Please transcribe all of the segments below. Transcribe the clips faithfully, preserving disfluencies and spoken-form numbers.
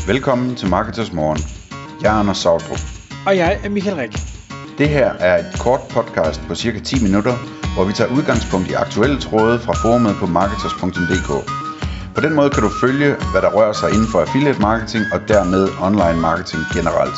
Velkommen til Marketers Morgen. Jeg er Anders Sautrup. Og jeg er Michael Rik. Det her er et kort podcast på cirka ti minutter, hvor vi tager udgangspunkt i aktuelle tråde fra forumet på marketers punktum d k. På den måde kan du følge, hvad der rører sig inden for affiliate marketing og dermed online marketing generelt.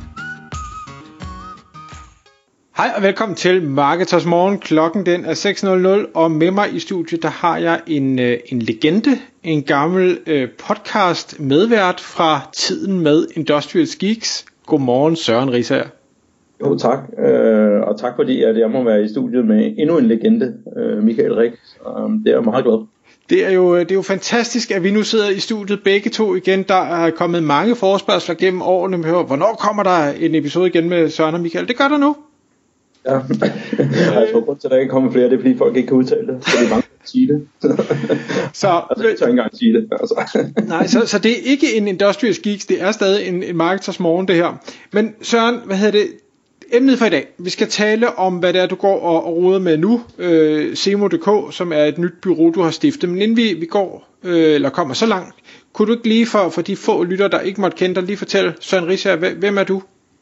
Hej og velkommen til Marketers Morgen. Klokken den er seks nul nul, og med mig i studiet der har jeg en, en legende, en gammel øh, podcast medvært fra tiden med Industrial Geeks. Godmorgen Søren Riisager. Jo tak, øh, og tak fordi at jeg må være i studiet med endnu en legende, øh, Michael Rik. Um, det er jeg meget glad for. Det er, jo, det er jo fantastisk, at vi nu sidder i studiet begge to igen. Der er kommet mange forespørgsler gennem årene med, hvornår kommer der en episode igen med Søren og Michael. Det gør der nu. Ja, jeg tror grund til at der ikke kommer flere, det er fordi folk ikke kan udtale det, så det er mange at sige det. Så, altså jeg tør ikke engang sige det. Altså. Nej, så, så det er ikke en Industrial Geeks, det er stadig en, en Marketers Morgen det her. Men Søren, hvad hedder det? Emnet for i dag, vi skal tale om, hvad det er, du går og, og roder med nu, øh, Semo punktum d k, som er et nyt bureau, du har stiftet. Men inden vi, vi går, øh, eller kommer så langt, kunne du ikke lige for, for de få lytter, der ikke måtte kende dig, lige fortælle, Søren Riisager, hvem er du?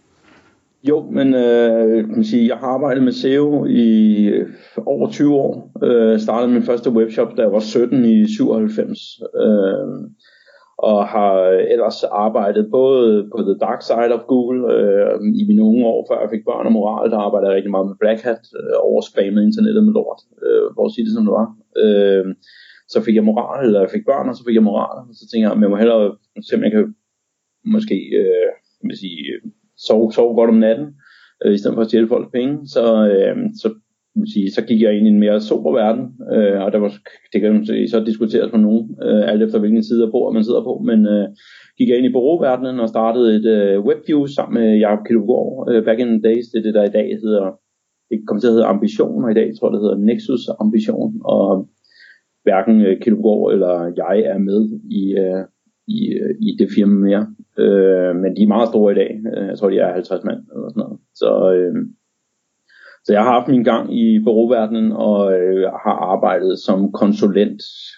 Jo, men øh, kan man sige, jeg har arbejdet med S E O i øh, over tyve år. Øh, startede min første webshop, da jeg var sytten i syvoghalvfems. Øh, og har ellers arbejdet både på the dark side of Google øh, i mine unge år, før jeg fik børn og moral. Der arbejdede jeg rigtig meget med Black Hat, øh, overspammet internettet med lort, øh, for at sige det som det var. Øh, så fik jeg moral, eller jeg fik børn, og så fik jeg moral. Og så tænker jeg, at jeg må hellere se, om jeg kan måske øh, kan sige, sove, sove godt om natten, øh, i stedet for at stjæle folks penge. Så, øh, så Sige, så gik jeg ind i en mere sober verden, øh, og der var, det kan jo så diskuteres med nogen, øh, alt efter hvilken side af bordet man sidder på, men øh, gik jeg ind i bureauverdenen og startede et øh, WebView sammen med Jacob Kildgaard, øh, back in the days. Det er det, der i dag hedder, det kommer til at hedde Ambition, og i dag tror jeg det hedder Nexus Ambition, og hverken øh, Kildgaard eller jeg er med i, øh, i, øh, i det firma mere, øh, men de er meget store i dag. Jeg tror de er halvtreds mand eller sådan noget, så øh, Så jeg har haft min gang i bureauverdenen og øh, har arbejdet som konsulent,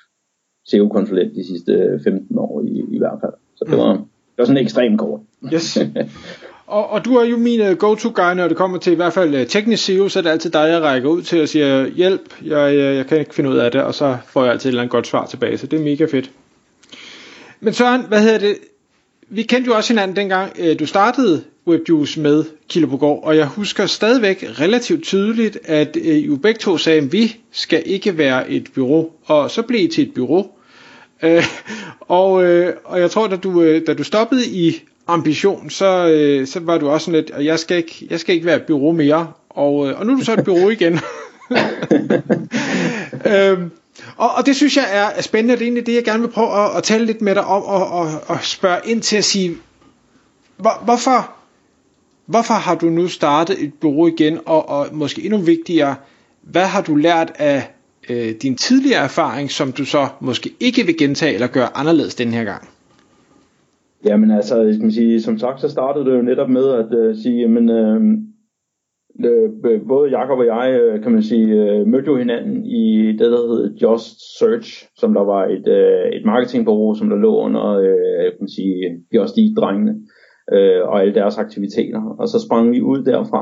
S E O-konsulent de sidste femten år i, i hvert fald. Så det var, det var sådan ekstremt kort. Yes. og, og du er jo min go-to-guy, når det kommer til i hvert fald teknisk S E O, så er det altid dig, jeg rækker ud til og siger, hjælp, jeg, jeg, jeg kan ikke finde ud af det, og så får jeg altid et eller andet godt svar tilbage, så det er mega fedt. Men Søren, hvad hedder det? Vi kendte jo også hinanden dengang, du startede WebViews med Kildgaard, og jeg husker stadigvæk relativt tydeligt, at I jo begge to sagde, at vi skal ikke være et bureau, og så blev I til et bureau. Øh, og, øh, og jeg tror, da du, da du stoppede i Ambition, så, øh, så var du også sådan lidt, at jeg skal ikke, jeg skal ikke være et bureau mere, og, og nu er du så et bureau igen. øh, Og, og det synes jeg er spændende, og det er egentlig det, jeg gerne vil prøve at, at tale lidt med dig om, og, og, og spørge ind til at sige, hvor, hvorfor, hvorfor har du nu startet et bureau igen, og, og måske endnu vigtigere, hvad har du lært af øh, din tidligere erfaring, som du så måske ikke vil gentage eller gøre anderledes den her gang? Jamen altså, skal man sige, som sagt, så startede det jo netop med at uh, sige, jamen, uh, både Jacob og jeg, kan man sige, mødte jo hinanden i det, der hedder Just Search, som der var et, et marketingbureau, som der lå under, kan man sige, Just Eat-drengene og alle deres aktiviteter. Og så sprang vi ud derfra,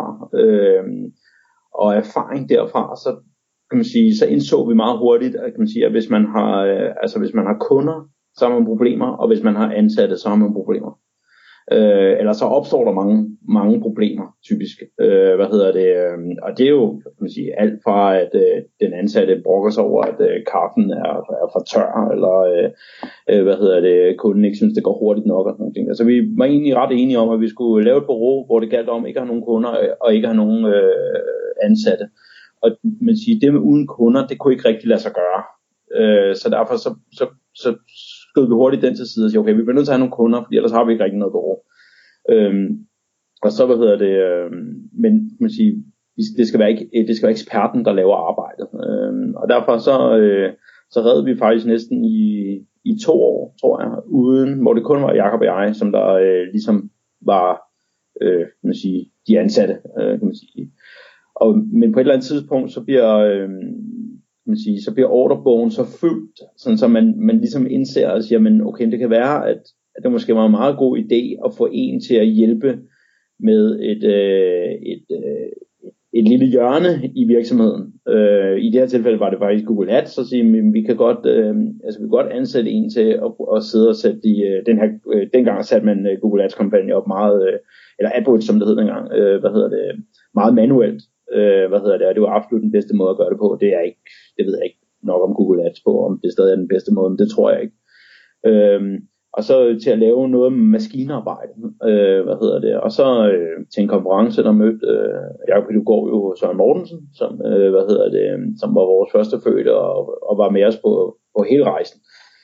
og erfaring derfra, så kan man sige, så indså vi meget hurtigt, at, kan man sige, at hvis man har, altså hvis man har kunder, så har man problemer, og hvis man har ansatte, så har man problemer. Øh, eller så opstår der mange, mange problemer, typisk. Øh, hvad hedder det? Øh, og det er jo, kan man sige, alt fra, at øh, den ansatte brokker sig over, at øh, kaffen er, er for tør, eller øh, hvad hedder det, kunden ikke synes, det går hurtigt nok, og sådan nogle ting. Altså, vi var egentlig ret enige om, at vi skulle lave et bureau, hvor det galt om ikke at have nogen kunder, og ikke at have nogen øh, ansatte. Og man siger, det med uden kunder, det kunne ikke rigtig lade sig gøre. Øh, så derfor så, så, så skød vi hurtigt den til side og sige, okay, vi bliver nødt til at have nogle kunder, fordi ellers har vi ikke rigtig noget bureau. Øhm, og så, hvad hedder det, øhm, men man siger, det skal være ikke, det skal være eksperten, der laver arbejdet. Øhm, og derfor så, øh, så redde vi faktisk næsten i, i to år, tror jeg, uden, hvor det kun var Jacob og jeg, som der øh, ligesom var, øh, man siger, de ansatte, øh, kan man sige. Og, men på et eller andet tidspunkt, så bliver, øh, man sige, så bliver ordrebogen så fyldt, sådan så man, man ligesom indser og siger, men okay, det kan være, at, at det måske var en meget god idé at få en til at hjælpe med et, øh, et, øh, et lille hjørne i virksomheden. Øh, I det her tilfælde var det faktisk Google Ads, så sige, vi kan godt, øh, altså vi kan godt ansætte en til at, at sidde og sætte de, øh, den her, øh, dengang satte man øh, Google Ads kampagne op meget, øh, eller AdWords som det hed dengang, øh, hvad hedder det, meget manuelt, øh, hvad hedder det, og det var absolut den bedste måde at gøre det på. Det er ikke, det ved jeg ikke nok om Google Ads på, om det stadig er den bedste måde, men det tror jeg ikke. Øh, og så til at lave noget med maskinarbejde, øh, hvad hedder det, og så øh, til en konference, der mødte øh, Jacob Pædagog jo Søren Mortensen, som, øh, hvad hedder det, som var vores første fødte, og, og var med os på, på hele rejsen.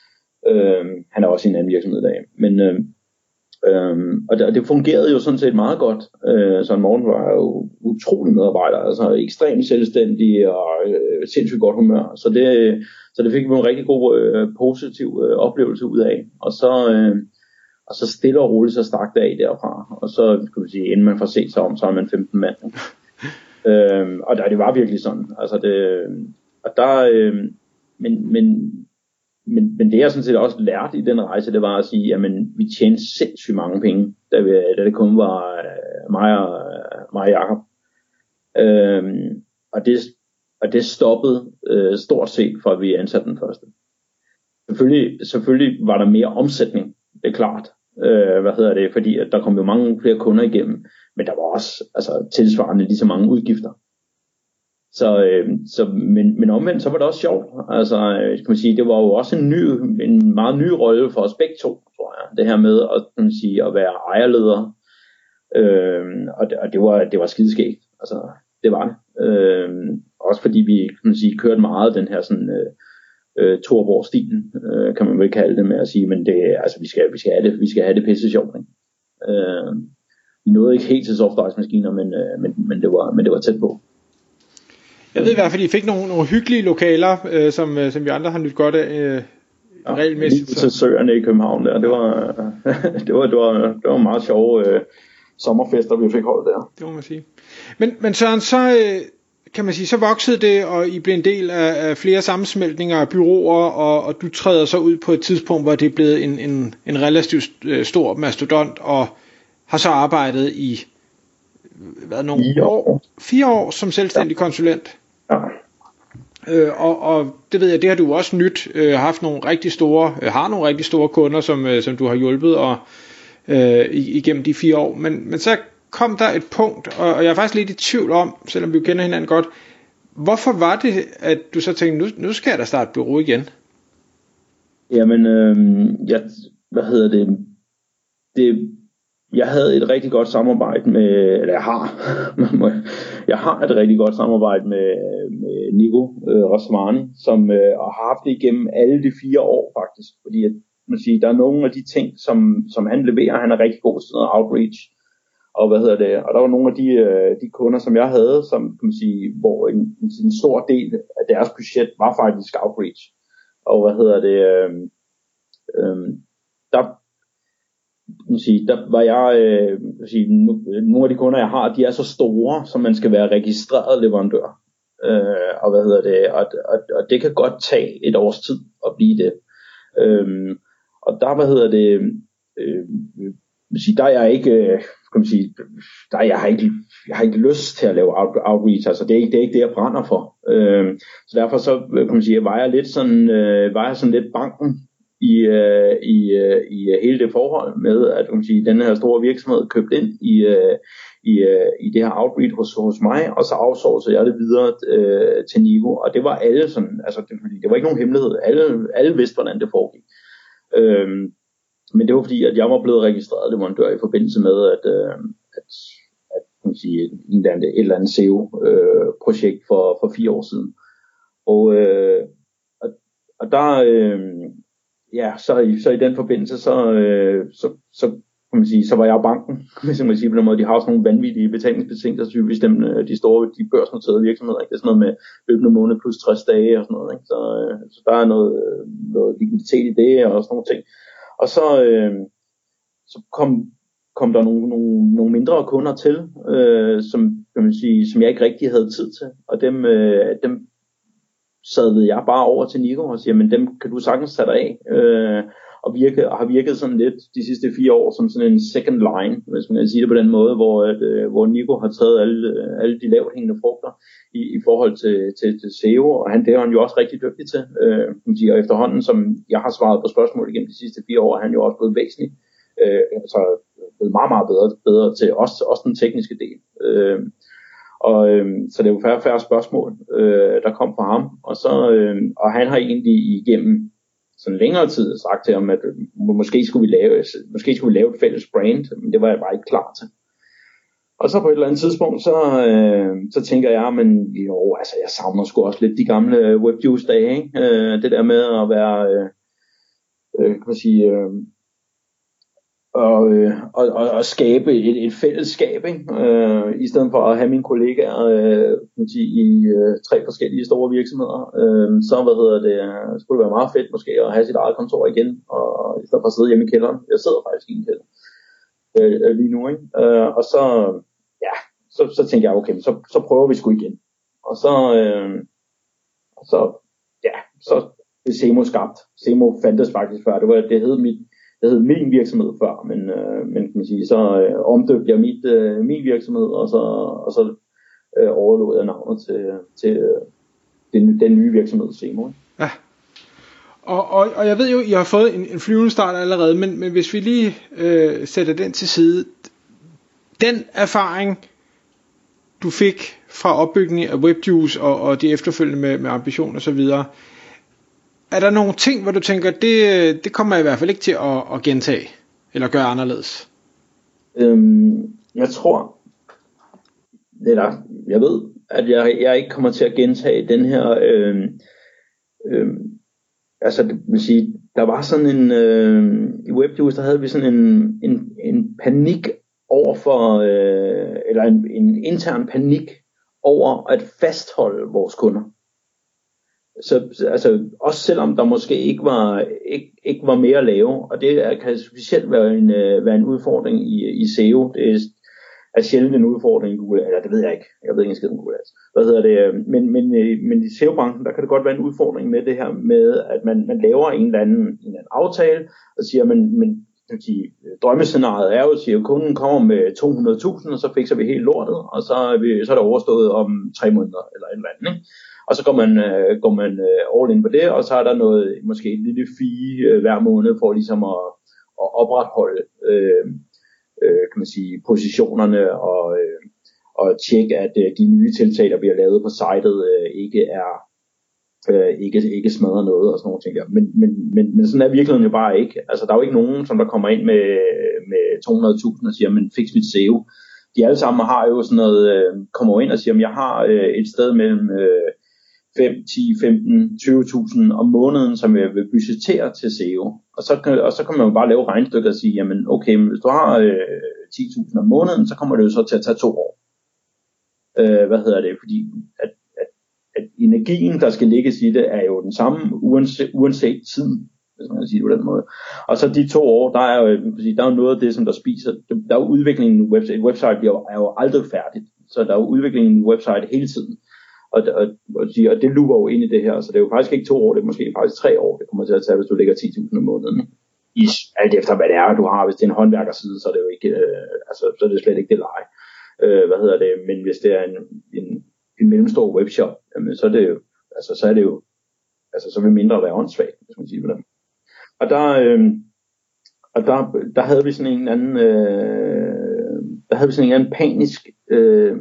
Øh, han er også i en anden virksomhed i dag, men øh, øh, og det, det fungerede jo sådan set meget godt. øh, Søren Mortensen var jo utrolig medarbejder, altså ekstremt selvstændig og øh, sindssygt godt humør, så det Så det fik vi en rigtig god øh, positiv øh, oplevelse ud af. Og så, øh, og så stille og roligt, så stak det af derfra. Og så, skal vi sige, inden man får set sig om, så er man femten mand. øh, og der, det var virkelig sådan. Altså det, og der, øh, men, men, men, men det jeg sådan set også lærte i den rejse, det var at sige, at vi tjente sindssygt mange penge, da, vi, da det kun var øh, mig, og, mig og Jacob. Øh, og det Og det stoppede øh, stort set, for at vi ansatte den første. Selvfølgelig, selvfølgelig var der mere omsætning, det er klart. Øh, hvad hedder det? Fordi at der kom jo mange flere kunder igennem, men der var også altså, tilsvarende lige så mange udgifter. Så, øh, så, men, men omvendt, så var det også sjovt. Altså, kan man sige, det var jo også en, ny, en meget ny rolle for os begge to, tror jeg. Det her med at, kan man sige, at være ejerleder. Øh, og det, og det var, det var skideskægt. Altså, det var det. Øh, Også fordi vi, kan man sige, kørte meget den her sådan øh, øh, Torborg-stilen, øh, kan man vel kalde det, med at sige, men det, altså vi skal, vi skal have det, vi skal have det pisse sjovt. Øh, vi nåede ikke helt til soft-ice-maskiner, men, øh, men, men, det var, men det var tæt på. Jeg ved i hvert fald, at I fik nogle, nogle hyggelige lokaler, øh, som, øh, som vi andre har nydt godt af øh, ja, regelmæssigt. Lige til søerne i København der, det var, det var, det var, det var meget sjove øh, sommerfester, vi fik holdt der. Det må man sige. Men, men Søren, så... Øh, kan man sige, så voksede det, og I blev en del af, af flere sammensmeltninger af byråer, og, og du træder så ud på et tidspunkt, hvor det er blevet en, en, en relativt stor mastodont, og har så arbejdet i hvad, nogle fire år. fire år som selvstændig ja. konsulent. Ja. Øh, og, og det ved jeg, det har du også nyt, øh, haft nogle rigtig store, øh, har nogle rigtig store kunder, som, øh, som du har hjulpet og, øh, igennem de fire år, men, men så kom der et punkt, og jeg er faktisk lidt i tvivl om, selvom vi jo kender hinanden godt, hvorfor var det, at du så tænkte, nu, nu skal jeg da starte bureau igen? Jamen, øh, jeg, hvad hedder det, det, jeg havde et rigtig godt samarbejde med, eller jeg har, jeg har et rigtig godt samarbejde med, med Nico øh, Rosmani, som øh, har haft det igennem alle de fire år faktisk, fordi at, man siger, der er nogle af de ting, som, som han leverer, han er rigtig god til noget outreach. Og hvad hedder det? Og der var nogle af de, øh, de kunder, som jeg havde, som kan man sige, hvor en, en stor del af deres budget var faktisk outreach. Og hvad hedder det? Øh, øh, der, kan man sige, der var jeg, øh, kan man sige, nogle af de kunder, jeg har, de er så store, som man skal være registreret leverandør. Øh, og hvad hedder det? Og, og, og det kan godt tage et års tid at blive det. Øh, og der, hvad hedder det? Øh, der er jeg ikke, kan man sige, der jeg har ikke, jeg har ikke lyst til at lave outreach, altså det er ikke det, er ikke det jeg brænder for. Øh, så derfor så kan man sige, var jeg lidt sådan, øh, var jeg sådan lidt banken i øh, i øh, i hele det forhold med at kan man sige, den her store virksomhed købte ind i øh, i øh, i det her outreach hos hos mig, og så outsourcede jeg det videre øh, til Nico, og det var alle sådan, altså det, det var ikke nogen hemmelighed, alle alle vidste hvordan det foregik. Øh, Men det var fordi, at jeg var blevet registreret leverandør i forbindelse med, at, øh, at, at kan man sige, et, eller andet, et eller andet S E O-projekt øh, for, for fire år siden. Og, øh, og, og der, øh, ja, så, så i den forbindelse, så, øh, så, så, kan man sige, så var jeg banken, hvis man sige på den måde. De har også nogle vanvittige betalingsbetingelser, typisk dem, de store, de børsnoterede virksomheder, ikke? Det er sådan noget med løbende måned plus tres dage og sådan noget, ikke? Så, øh, så der er noget, noget likviditet i det og sådan nogle ting. Og så, øh, så kom, kom der nogle, nogle, nogle mindre kunder til, øh, som, kan man sige, som jeg ikke rigtig havde tid til. Og dem, øh, dem sadede jeg bare over til Nico og siger, men dem kan du sagtens tage dig af. Øh, og, virke, og har virket sådan lidt de sidste fire år som sådan en second line, hvis man kan sige det på den måde, hvor, at, hvor Nico har taget alle, alle de lavt hængende frugter i, i forhold til, til, til S E O, og han, det er han jo også rigtig dygtig til. Øh, og efterhånden, som jeg har svaret på spørgsmål igennem de sidste fire år, er han jo også blevet væsentligt, øh, altså blevet meget, meget bedre, bedre til også, også den tekniske del. Øh, Og, øhm, så det er jo færre færre spørgsmål, øh, der kom fra ham. Og, så, øh, og han har egentlig igennem sådan længere tid sagt til ham, at øh, måske, skulle vi lave, måske skulle vi lave et fælles brand, men det var jeg bare ikke klar til. Og så på et eller andet tidspunkt, så, øh, så tænker jeg, men jo, altså jeg savner sgu også lidt de gamle WebJuice-dage, ikke? Øh, det der med at være, øh, øh, kan man sige... Øh, Og, og, og, og skabe et, et fællesskab, ikke? Øh, i stedet for at have mine kollegaer øh, i øh, tre forskellige store virksomheder. Øh, så hvad hedder det, skulle det være meget fedt måske at have sit eget kontor igen, og i stedet for at sidde hjemme i kælderen. Jeg sidder faktisk i en kælder øh, lige nu, ikke? Øh, og så, ja, så, så tænkte jeg, okay, så, så prøver vi sgu igen. Og så, øh, og så, ja, så blev Semo skabt. Semo fandtes faktisk før. Det var, det hed mit Det hed min virksomhed før, men, øh, men kan man sige, så øh, omdøbte jeg mit, øh, min virksomhed, og så, og så øh, overlod jeg navnet til, til øh, den, den nye virksomhed, Semo. Ja, og, og, og jeg ved jo, I har fået en, en flyvende start allerede, men, men hvis vi lige øh, sætter den til side, den erfaring, du fik fra opbygningen af WebJuice og, og de efterfølgende med, med ambition og så videre, er der nogle ting, hvor du tænker, det, det kommer jeg i hvert fald ikke til at, at gentage, eller gøre anderledes? Øhm, jeg tror, eller jeg ved, at jeg, jeg ikke kommer til at gentage den her, øhm, øhm, altså det vil sige, der var sådan en, øhm, i WebJuice, der havde vi sådan en, en, en panik over for, øh, eller en, en intern panik over at fastholde vores kunder. Så altså, også selvom der måske ikke var, ikke, ikke var mere at lave, og det er, kan specielt være en, uh, være en udfordring i, i S E O. Det er, er sjældent en udfordring i Google, eller det ved jeg ikke, jeg ved ikke en skid om Google Ads. Hvad hedder det? Men, men, men i S E O-branchen, der kan det godt være en udfordring med det her med, at man, man laver en eller anden, en eller anden aftale, og siger, men, men sige, drømmescenariet er jo, at sige, at kunden kommer med to hundrede tusind, og så fikser vi helt lortet, og så er, vi, så er det overstået om tre måneder, eller et eller andet, ikke? Og så går man, øh, går man øh, all in på det, og så er der noget, måske et lille fee øh, hver måned, for ligesom at, at opretholde, øh, øh, kan man sige, positionerne, og, øh, og tjekke, at øh, de nye tiltag, der bliver lavet på sitet, øh, ikke er, øh, ikke, ikke smadrer noget, og sådan nogle ting der. Men, men, men, men sådan er virkeligheden jo bare ikke. Altså, der er jo ikke nogen, som der kommer ind med, med to hundrede tusind og siger, men fix mit S E O. De alle sammen har jo sådan noget, øh, kommer ind og siger, at jeg har øh, et sted mellem øh, fem, ti, femten, tyve tusind om måneden, som jeg vil budgettere til S E O. Og så, kan, og så kan man jo bare lave regnstykker og sige, jamen okay, men hvis du har øh, ti tusind om måneden, så kommer det jo så til at tage to år. Øh, hvad hedder det? Fordi at, at, at energien, der skal lægges i det, er jo den samme, uanset, uanset tiden, hvis man kan sige det på den måde. Og så de to år, der er jo, der er jo noget af det, som der spiser. Der er jo udviklingen i website. Et website bliver, er jo aldrig færdigt, så der er jo udviklingen i website hele tiden. Og, og, og, og det luber jo ind i det her, så det er jo faktisk ikke to år, det er måske faktisk tre år, det kommer til at tage, hvis du lægger ti tusind om måneden. I, alt efter hvad det er, du har. Hvis det er en håndværkerside, så er det jo ikke, øh, altså, så er det slet ikke det leje. Øh, hvad hedder det? Men hvis det er en, en, en mellemstor webshop, jamen, så er det jo, altså, så er det jo, altså, så vil mindre være åndssvagt, hvis man siger på det. Og der, øh, og der, der havde vi sådan en anden, øh, der havde vi sådan en anden panisk, øh,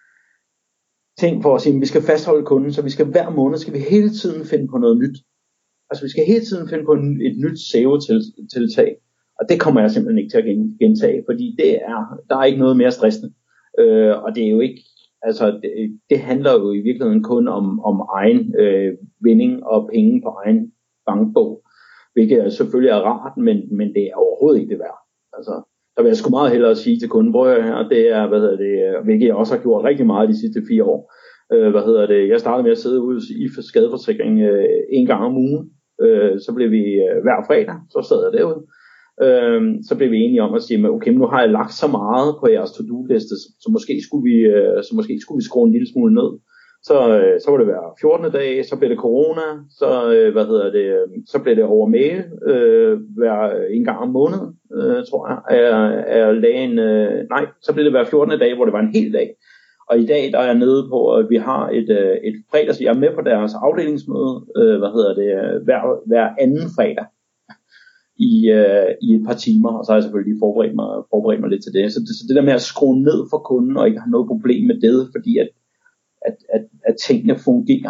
ting for at sige, at vi skal fastholde kunden, så vi skal hver måned, skal vi hele tiden finde på noget nyt. Altså vi skal hele tiden finde på en, et nyt S E O-tiltag, og det kommer jeg simpelthen ikke til at gentage, fordi det er, der er ikke noget mere stressende, øh, og det er jo ikke, altså det, det handler jo i virkeligheden kun om, om egen øh, vinding og penge på egen bankbog, hvilket selvfølgelig er rart, men, men det er overhovedet ikke det værd. Altså der vil jeg sgu meget hellere sige til kunden, prøv her, det er, hvad hedder det, hvilket jeg også har gjort rigtig meget de sidste fire år. Øh, hvad hedder det, jeg startede med at sidde ude i skadeforsikring øh, en gang om ugen. Øh, så blev vi øh, hver fredag, så sad jeg derude. Øh, så blev vi enige om at sige, okay, nu har jeg lagt så meget på jeres to-do-liste, så måske skulle vi, øh, så måske skulle vi skrue en lille smule ned. Så, øh, så må det være fjortende dag, så bliver det corona, så, øh, hvad hedder det, så bliver det over mail, øh, hver en gang om måneden, øh, tror jeg, er, er lægen, øh, nej, så bliver det hver fjortende dag, hvor det var en hel dag. Og i dag, der er jeg nede på, at vi har et, et fredags, jeg er med på deres afdelingsmøde, øh, hvad hedder det, hver, hver anden fredag i, øh, i et par timer, og så har jeg selvfølgelig lige forberedt mig, forberedt mig lidt til det. Så, det. så det der med at skrue ned for kunden, og ikke have noget problem med det, fordi at, at, at, at tingene fungerer,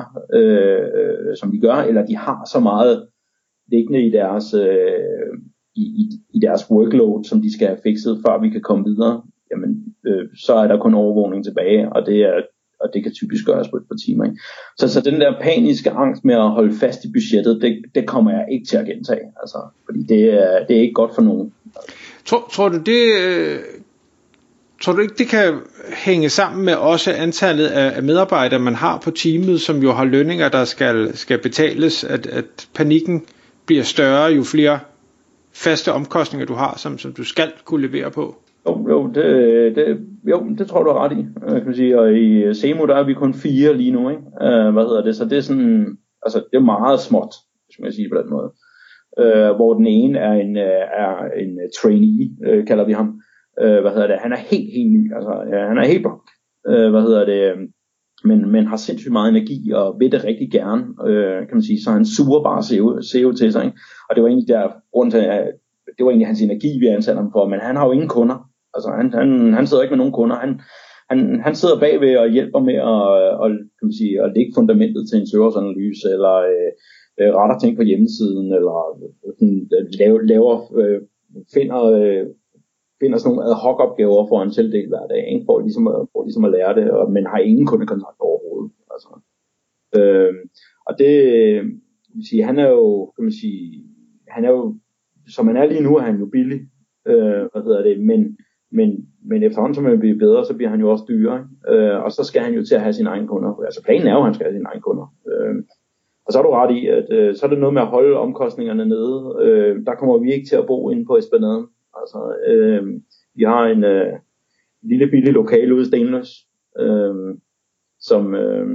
øh, som de gør, eller de har så meget liggende i deres, øh, i, i, i deres workload, som de skal have fikset, før vi kan komme videre, jamen, øh, så er der kun overvågning tilbage, og det er og det kan typisk gøres på et par timer. Ikke? Så, så den der paniske angst med at holde fast i budgettet, det, det kommer jeg ikke til at gentage, altså, fordi det er, det er ikke godt for nogen. Tror, tror du det øh, tror du ikke det kan hænge sammen med også antallet af, af medarbejdere man har på teamet, som jo har lønninger der skal, skal betales, at, at panikken bliver større jo flere faste omkostninger du har, som, som du skal kunne levere på? Jo, jo, det, det, jo, det tror du er ret i, kan man sige. Og i Semo, der er vi kun fire lige nu, ikke? Uh, hvad hedder det? Så det er sådan, altså det er meget småt, hvis man kan sige på den måde. Uh, hvor den ene er en, er en trainee, uh, kalder vi ham. Uh, hvad hedder det? Han er helt, helt ny, altså ja, han er helt blank. Uh, hvad hedder det? Men, men har sindssygt meget energi og vil det rigtig gerne, uh, kan man sige. Så han suger bare S E O til sig, ikke? Og det var egentlig der grund til, at det var egentlig hans energi, vi ansatte ham for, men han har jo ingen kunder. Altså han, han, han sidder ikke med nogen kunder. Han, han, han sidder bagved og hjælper med at, og, kan man sige, at lægge fundamentet til en søgeanalyse, eller øh, retter ting på hjemmesiden, eller øh, laver, laver øh, finder, øh, finder sådan nogle ad hoc opgaver for en tildel hver dag, ikke? For, ligesom, for ligesom at lære det, og, men har ingen kundekontakt overhovedet. Altså. Øh, og det, kan man sige, han er jo, kan man sige, han er jo, som han er lige nu, er han jo billig, øh, hvad hedder det, men Men, men efterhånden som han bliver bedre, så bliver han jo også dyrere, øh, og så skal han jo til at have sine egne kunder. Altså planen er jo, at han skal have sine egne kunder. Øh, og så er du ret i, at øh, så er det noget med at holde omkostningerne nede. Øh, der kommer vi ikke til at bo inde på Esplanaden. Altså, øh, vi har en øh, lille billig lokale ude i Stenløs, øh, som, øh,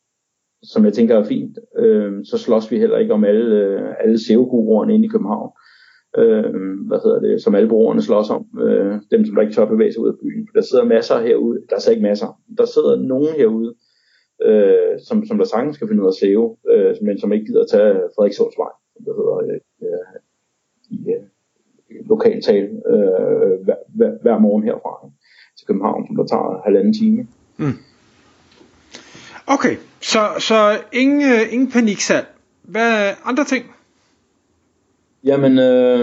som jeg tænker er fint. Øh, så slås vi heller ikke om alle, øh, alle S E O-guruerne inde i København. Øh, hvad hedder det, som alle brugerne slås om, øh, dem som der ikke tør bevæge sig ud af byen. Der sidder masser herude, der er ikke masser, der sidder nogen herude, øh, som, som der sagtens skal finde ud af S E O, øh, men som ikke gider at tage Frederikssundsvej, som det hedder øh, i øh, lokaltale, øh, hver, hver, hver morgen herfra til København, som der tager halvanden time. Mm. Okay, så, så ingen, ingen paniksalg. Hvad andre ting? Jamen, øh,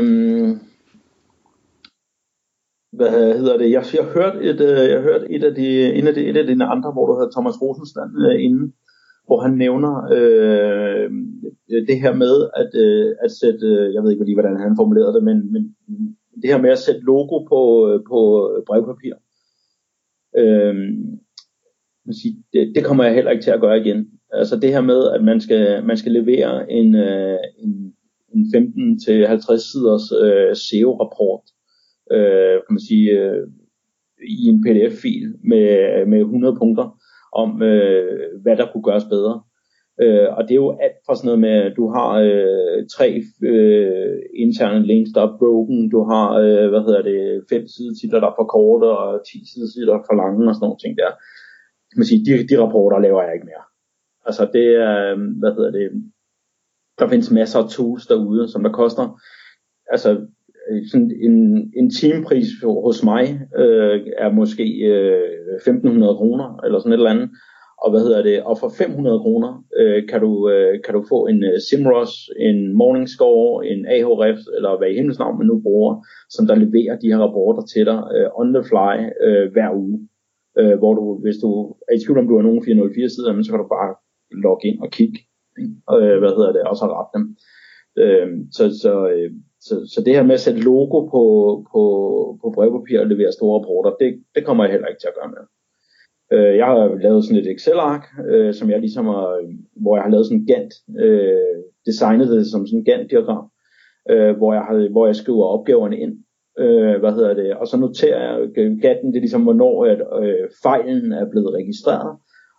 hvad hedder det? Jeg, jeg hørte et, jeg hørte et af de, en af de, et af dine andre, hvor du havde Thomas Rosenstand øh, inde, hvor han nævner øh, det her med at, øh, at sætte, jeg ved ikke lige hvordan han formulerede det, men, men det her med at sætte logo på på brevpapir. Øh, det, det kommer jeg heller ikke til at gøre igen. Altså det her med at man skal man skal levere en en en femten til halvtreds siders øh, S E O-rapport, øh, kan man sige, øh, i en P D F-fil med, med hundrede punkter om, øh, hvad der kunne gøres bedre. Øh, og det er jo alt fra sådan noget med, at du har øh, tre øh, interne links, der er broken, du har, øh, hvad hedder det, fem sidetitler, der er for korte, og ti sidetitler, der er for lange, og sådan nogle ting der. Kan man sige, de, de rapporter laver jeg ikke mere. Altså det er, hvad hedder det, der findes masser af tools derude, som der koster, altså sådan en, en timepris hos mig øh, er måske øh, femten hundrede kroner, eller sådan et eller andet, og hvad hedder det, og for fem hundrede kroner øh, kan, du, øh, kan du få en uh, Simros, en Morningscore, en A H R E F, eller hvad i himlens navn man nu bruger, som der leverer de her rapporter til dig øh, on the fly øh, hver uge, øh, hvor du, hvis du er i tvivl om du har nogle fire nul fire sider, men så kan du bare logge ind og kigge. Øh, hvad hedder det, også har ret dem. Øh, så, så, øh, så, så det her med at sætte logo på, på, på brevpapir og levere store rapporter, det, det kommer jeg heller ikke til at gøre med. Øh, jeg har lavet sådan et Excel-ark, øh, som jeg ligesom har, hvor jeg har lavet sådan en Gantt, øh, designet det som sådan en Gantt-diagram, øh, hvor, jeg har, hvor jeg skriver opgaverne ind. Øh, hvad hedder det, og så noterer jeg Gantten, det er ligesom hvornår at, øh, fejlen er blevet registreret.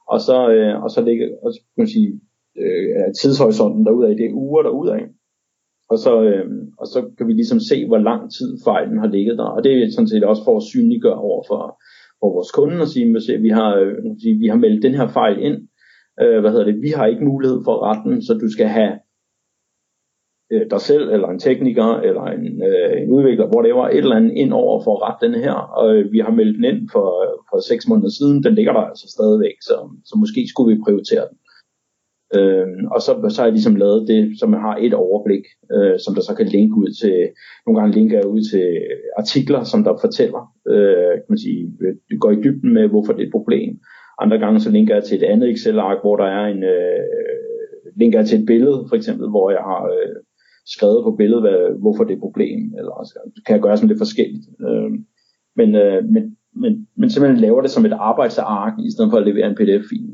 og så, øh, og så ligger og så kan man sige, øh, tidshorisonten derudad, det er uger derudad. Og så, øh, og så kan vi ligesom se, hvor lang tid fejlen har ligget der. Og det er sådan set også for at synliggøre over for, for vores kunder og sige, at vi har, øh, vi har meldt den her fejl ind. Øh, hvad hedder det? Vi har ikke mulighed for at rette den, så du skal have øh, dig selv, eller en tekniker, eller en, øh, en udvikler, whatever, et eller andet ind over for at rette den her. Og øh, vi har meldt den ind for, for seks måneder siden. Den ligger der altså stadigvæk, så, så måske skulle vi prioritere den. Øh, og så, så har jeg ligesom lavet det, som jeg har et overblik, øh, som der så kan linke ud til, nogle gange linker jeg ud til artikler, som der fortæller, øh, kan man sige, det går i dybden med, hvorfor det er et problem. Andre gange så linker jeg til et andet Excel-ark, hvor der er en, øh, linker jeg til et billede, for eksempel, hvor jeg har øh, skrevet på billedet, hvad, hvorfor det er et problem, eller så kan jeg gøre sådan lidt forskelligt. Øh, men, øh, men, men, men simpelthen laver det som et arbejdsark, i stedet for at levere en P D F-fil.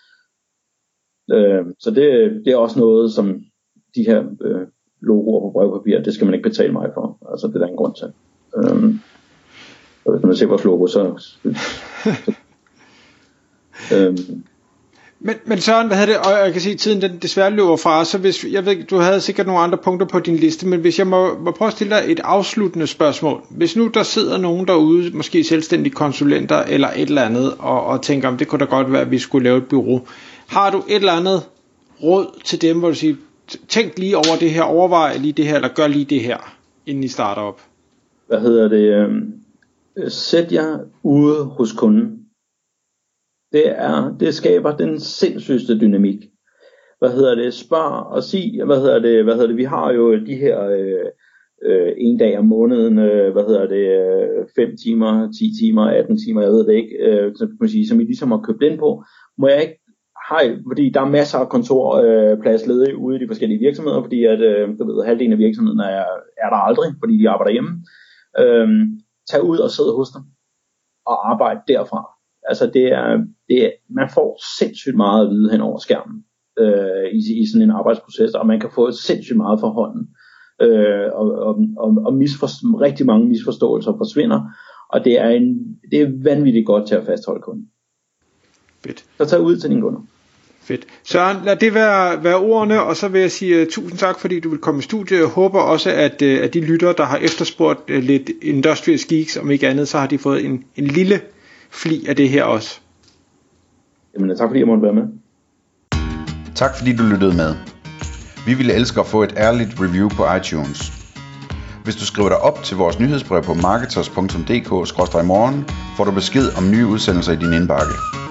Øh, så det, det er også noget, som de her øh, logoer på brevpapir, det skal man ikke betale mig for. Altså det er der ingen grund til. Øh, og hvis man ser vores logo, så... så øh, men, men Søren, hvad havde det, og jeg kan se, at tiden den desværre løber fra, så hvis, jeg ved, du havde sikkert nogle andre punkter på din liste, men hvis jeg må, må prøve at stille dig et afsluttende spørgsmål. Hvis nu der sidder nogen derude, måske selvstændige konsulenter eller et eller andet, og, og tænker, om det kunne da godt være, at vi skulle lave et bureau. Har du et eller andet råd til dem, hvor du siger, tænk lige over det her, overvej lige det her, eller gør lige det her, inden I starter op? Hvad hedder det? Øh, sæt jer ude hos kunden. Det, er, det skaber den sindssygste dynamik. Hvad hedder det? Spørg og sig, hvad hedder det? Hvad hedder det? Vi har jo de her øh, øh, en dag om måneden, øh, hvad hedder det? fem timer, ti timer, atten timer, jeg ved det ikke, øh, som, kan man sige, som I ligesom har købt ind på. Må jeg ikke Hej, fordi der er masser af kontorplads øh, ledige ude i de forskellige virksomheder, fordi at, øh, du ved, halvdelen af virksomhederne er, er der aldrig, fordi de arbejder hjemme. Øhm, tag ud og sidde hos dem og arbejde derfra. Altså det er, det er, man får sindssygt meget at vide hen over skærmen øh, i, i sådan en arbejdsproces, og man kan få sindssygt meget fra hånden. Øh, og og, og, og misforst- rigtig mange misforståelser forsvinder, og det er, en, det er vanvittigt godt til at fastholde kunden. Fedt. Så tag ud til dine kunder. Fedt. Søren, lad det være, være ordene, og så vil jeg sige uh, tusind tak, fordi du vil komme i studiet. Jeg håber også, at, uh, at de lyttere, der har efterspurgt uh, lidt Industrial Geeks, om ikke andet, så har de fået en, en lille fli af det her også. Jamen, tak fordi jeg måtte være med. Tak fordi du lyttede med. Vi ville elske at få et ærligt review på iTunes. Hvis du skriver dig op til vores nyhedsbrev på marketers punktum d k skråstreg morgen, får du besked om nye udsendelser i din indbakke.